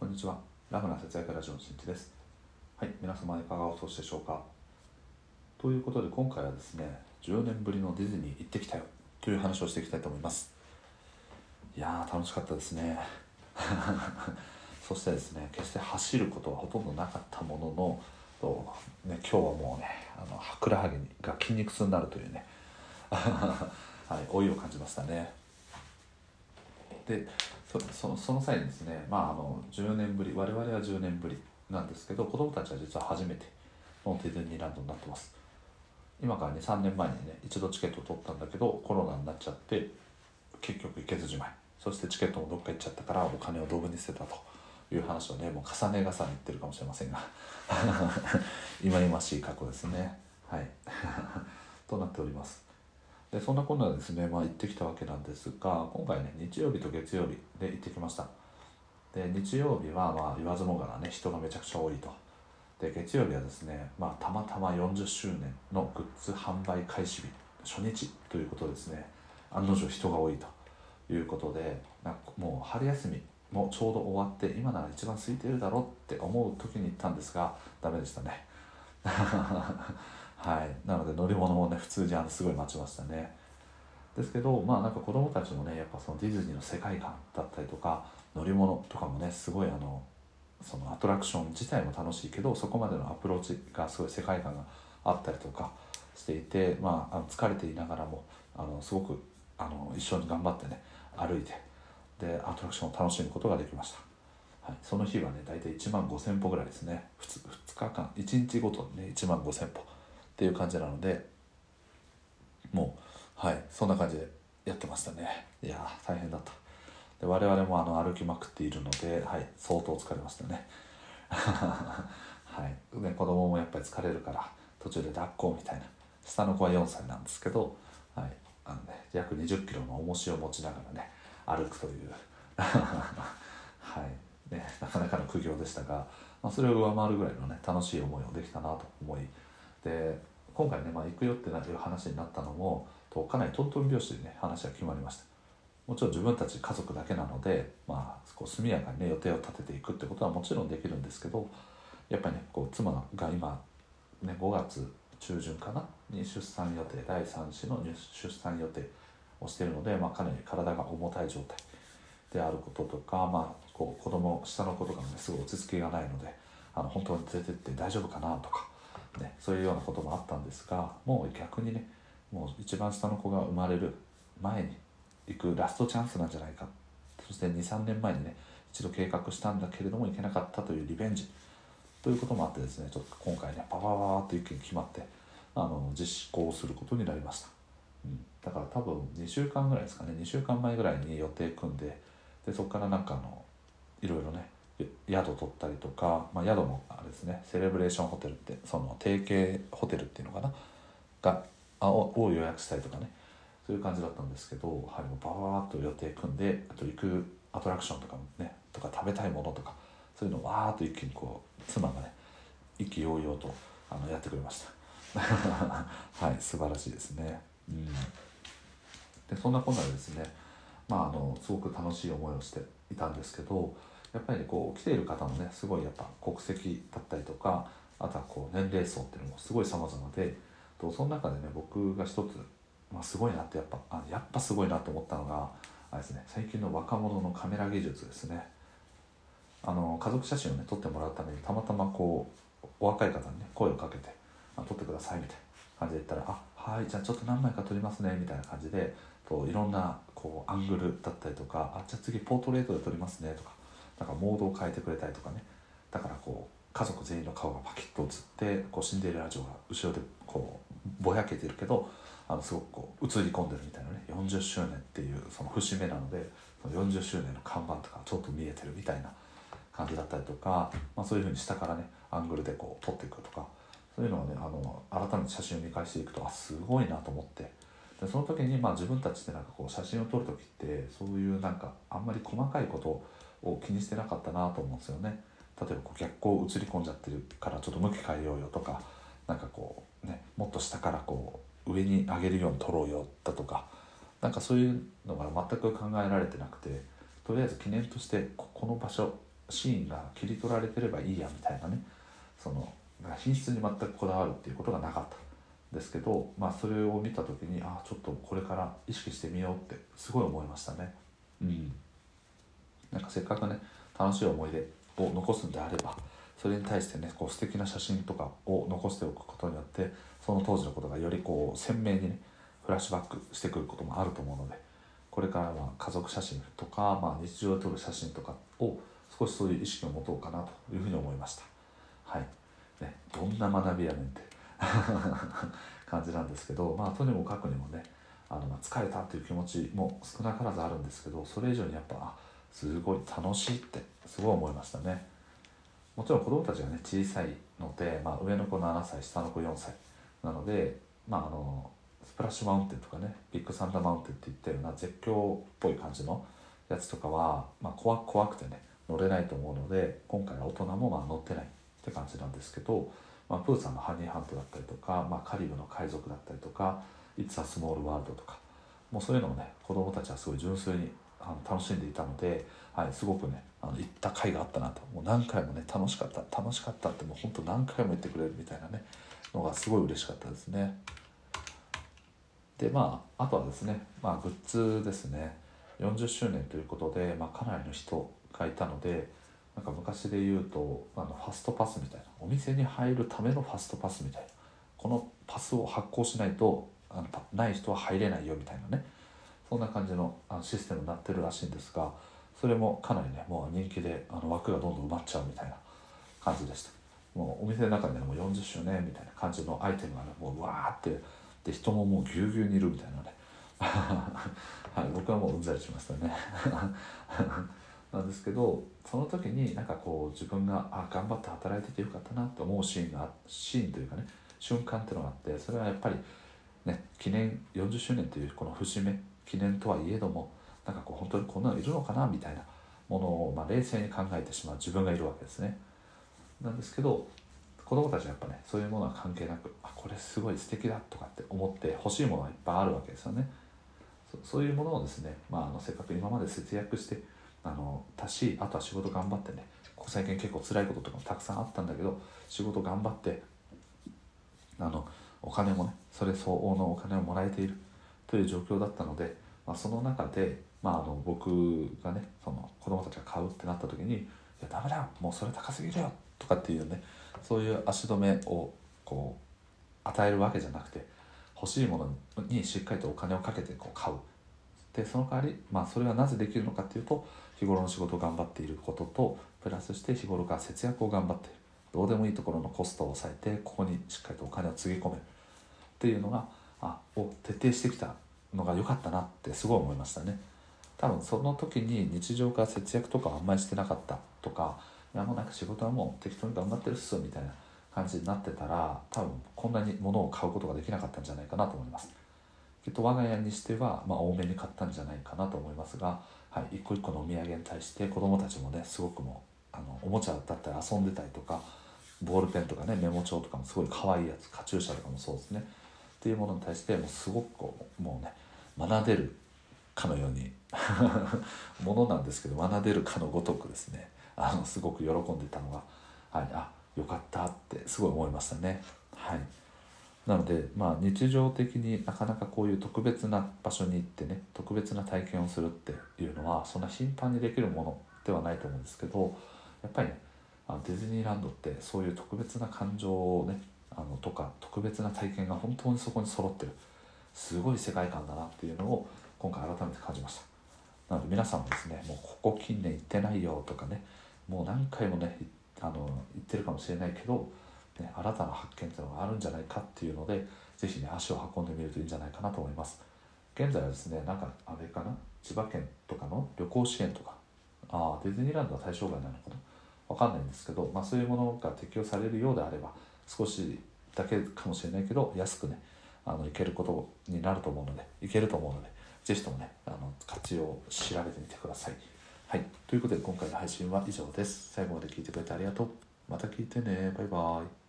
こんにちは。ラフな節約ラジオのしんいちです。はい、皆様いかがお過ごしでしょうか。ということで今回はですね、10年ぶりのディズニー行ってきたよという話をしていきたいと思います。いやー楽しかったですね。そしてですね、決して走ることはほとんどなかったものの、今日はもうね、ふくらはぎが筋肉痛になるというね、はい、老いを感じましたね。でその際にですね、10年ぶり、我々は10年ぶりなんですけど、子供たちは実は初めてのディズニーランドになってます。今からね3年前にね一度チケットを取ったんだけど、コロナになっちゃって結局行けずじまい、そしてチケットもどっか行っちゃったからお金をドブに捨てたという話をね、もう重ね重ね言ってるかもしれませんが忌々しい過去ですね。はいとなっております。でそんなこんなですね、行ってきたわけなんですが、今回ね日曜日と月曜日で行ってきました。で日曜日は言わずもがなね、人がめちゃくちゃ多いと。で月曜日はですね、たまたま40周年のグッズ販売開始日初日ということですね、案の定人が多いということで、もう春休みもちょうど終わって、今なら一番空いてるだろうって思う時に行ったんですが、ダメでしたねはい、なので乗り物もね普通にすごい待ちましたね。ですけど子供たちもね、やっぱそのディズニーの世界観だったりとか乗り物とかもね、すごいそのアトラクション自体も楽しいけど、そこまでのアプローチがすごい世界観があったりとかしていて、疲れていながらもすごく一緒に頑張ってね歩いて、でアトラクションを楽しむことができました。はい、その日はね大体1万5,000歩ぐらいですね。2日間1日ごとにね1万5,000歩っていう感じなので、もうはいそんな感じでやってましたね。いや大変だった。で我々も歩きまくっているので、はい、相当疲れましたねはい、で子供もやっぱり疲れるから途中で抱っこみたいな、下の子は4歳なんですけど、はい、約20キロの重しを持ちながらね歩くというはいね、なかなかの苦行でしたが、それを上回るぐらいのね楽しい思いをできたなと思い、で今回ね、行くよっていう話になったのもかなりトントン拍子でね話が決まりました。もちろん自分たち家族だけなので、速やかにね予定を立てていくってことはもちろんできるんですけど、やっぱりね妻が今ね5月中旬かなに出産予定、第3子の出産予定をしているので、かなり体が重たい状態であることとか、子供下の子とかもねすごい落ち着きがないので、本当に連れてって大丈夫かなとか、ね、そういうようなこともあったんですが、もう逆にね、もう一番下の子が生まれる前に行くラストチャンスなんじゃないか。そして 2,3 年前にね一度計画したんだけれども行けなかったというリベンジということもあってですね、ちょっと今回ねパパーっと一気に決まって実行することになりました。だから多分2週間ぐらいですかね、2週間前ぐらいに予定組んで、そこからいろいろね宿取ったりとか、宿もあれですね、セレブレーションホテルってその提携ホテルっていうのかなを予約したりとかね、そういう感じだったんですけど、はい、もうバーッと予定組んで、あと行くアトラクションとかもねとか食べたいものとか、そういうのをわーっと一気に妻がね意気揚々とやってくれましたはい素晴らしいですね。でそんなこんなでですね、すごく楽しい思いをしていたんですけど、やっぱり来ている方もねすごいやっぱ国籍だったりとか、あとは年齢層っていうのもすごい様々で、その中でね僕が一つ、すごいなってやっぱすごいなと思ったのがあれですね、最近の若者のカメラ技術ですね。家族写真をね撮ってもらうためにたまたまお若い方にね声をかけて撮ってくださいみたいな感じで言ったら、はいじゃあちょっと何枚か撮りますねみたいな感じで、いろんなアングルだったりとか、じゃあ次ポートレートで撮りますねとか、モードを変えてくれたりとかね、だから家族全員の顔がパキッと写ってシンデレラ城が後ろでぼやけてるけどすごく映り込んでるみたいなね、40周年っていうその節目なので、その40周年の看板とかちょっと見えてるみたいな感じだったりとか、そういう風に下からねアングルで撮っていくとか、そういうのをね改めて写真を見返していくとすごいなと思って、でその時に自分たちで写真を撮る時ってそういうあんまり細かいことを気にしてなかったなと思うんですよね。例えば逆光映り込んじゃってるからちょっと向き変えようよとか、もっと下から上に上げるように撮ろうよだとか、そういうのが全く考えられてなくて、とりあえず記念としてこの場所シーンが切り取られてればいいやみたいなね、品質に全くこだわるっていうことがなかったんですけど、それを見た時にちょっとこれから意識してみようってすごい思いましたね。なんかせっかくね楽しい思い出を残すんであれば、それに対してね素敵な写真とかを残しておくことによって、その当時のことがより鮮明にねフラッシュバックしてくることもあると思うので、これからは家族写真とか、日常で撮る写真とかを少しそういう意識を持とうかなというふうに思いました。どんな学びやねんって感じなんですけど、とにもかくにもね疲れたという気持ちも少なからずあるんですけど、それ以上にやっぱすごい楽しいってすごい思いましたね。もちろん子供たちがね小さいので、上の子7歳下の子4歳なので、スプラッシュマウンテンとかねビッグサンダーマウンテンっていったような絶叫っぽい感じのやつとかは、怖くてね乗れないと思うので、今回は大人も乗ってないって感じなんですけど、プーさんのハニーハントだったりとか、カリブの海賊だったりとか、It's a Small World とか、もうそういうのをね子供たちはすごい純粋に楽しんでいたので、すごくね行った甲斐があったなと、もう何回もね楽しかったってもう本当何回も言ってくれるみたいなねのがすごい嬉しかったですね。であとはですね、グッズですね。40周年ということで、かなりの人がいたので、なんか昔で言うとファストパスみたいな、お店に入るためのファストパスみたいな、このパスを発行しないとない人は入れないよみたいなね、そんな感じのシステムになってるらしいんですが、それもかなりねもう人気で枠がどんどん埋まっちゃうみたいな感じでした。もうお店の中にはもう40周年みたいな感じのアイテムがねもうわーってで、人ももうぎゅうぎゅうにいるみたいなね僕はもううんざりしましたねなんですけど、その時になんか自分が頑張って働いててよかったなと思うシーンというかね瞬間っていうのがあって、それはやっぱりね記念40周年というこの節目記念とはいえども、なんか本当にこんなのいるのかなみたいなものを冷静に考えてしまう自分がいるわけですね。なんですけど子供たちはやっぱねそういうものは関係なく、これすごい素敵だとかって思って欲しいものがいっぱいあるわけですよね。そういうものをですね、せっかく今まで節約してたし、あとは仕事頑張ってね、ここ最近結構辛いこととかもたくさんあったんだけど、仕事頑張ってお金もねそれ相応のお金をもらえているという状況だったので、その中で、僕がねその子供たちが買うってなった時に、いやダメだよもうそれ高すぎるよとかっていうね、そういう足止めを与えるわけじゃなくて、欲しいものにしっかりとお金をかけて買う。でその代わり、それはなぜできるのかっていうと、日頃の仕事を頑張っていることとプラスして日頃から節約を頑張っている、どうでもいいところのコストを抑えてここにしっかりとお金をつぎ込めるっていうのがを徹底してきたのが良かったなってすごい思いましたね。多分その時に日常から節約とかあんまりしてなかったとか、いやもうなんか仕事はもう適当に頑張ってるっすみたいな感じになってたら、多分こんなに物を買うことができなかったんじゃないかなと思います。きっと我が家にしては、多めに買ったんじゃないかなと思いますが、一個一個のお土産に対して子どもたちもねすごくもうおもちゃだったり遊んでたりとか、ボールペンとかねメモ帳とかもすごい可愛いやつ、カチューシャとかもそうですねっていうものに対してもうすごくもうね学べるかのようにものなんですけど、学べるかのごとくですねすごく喜んでたのが、よかったってすごい思いましたね。なので日常的になかなかこういう特別な場所に行ってね特別な体験をするっていうのはそんな頻繁にできるものではないと思うんですけど、やっぱりねディズニーランドってそういう特別な感情をねとか特別な体験が本当にそこに揃ってるすごい世界観だなっていうのを今回改めて感じました。なので皆さんもですね、もうここ近年行ってないよとかね、もう何回もね行ってるかもしれないけど、新たな発見っていうのがあるんじゃないかっていうので、ぜひね足を運んでみるといいんじゃないかなと思います。現在はですね、なんかあれかな、千葉県とかの旅行支援とか、ディズニーランドは対象外なのかな、わかんないんですけど、そういうものが適用されるようであれば少しだけかもしれないけど安くね行けることになると思うので、行けると思うので、ぜひともね活用を調べてみてください。ということで今回の配信は以上です。最後まで聞いてくれてありがとう。また聞いてね。バイバイ。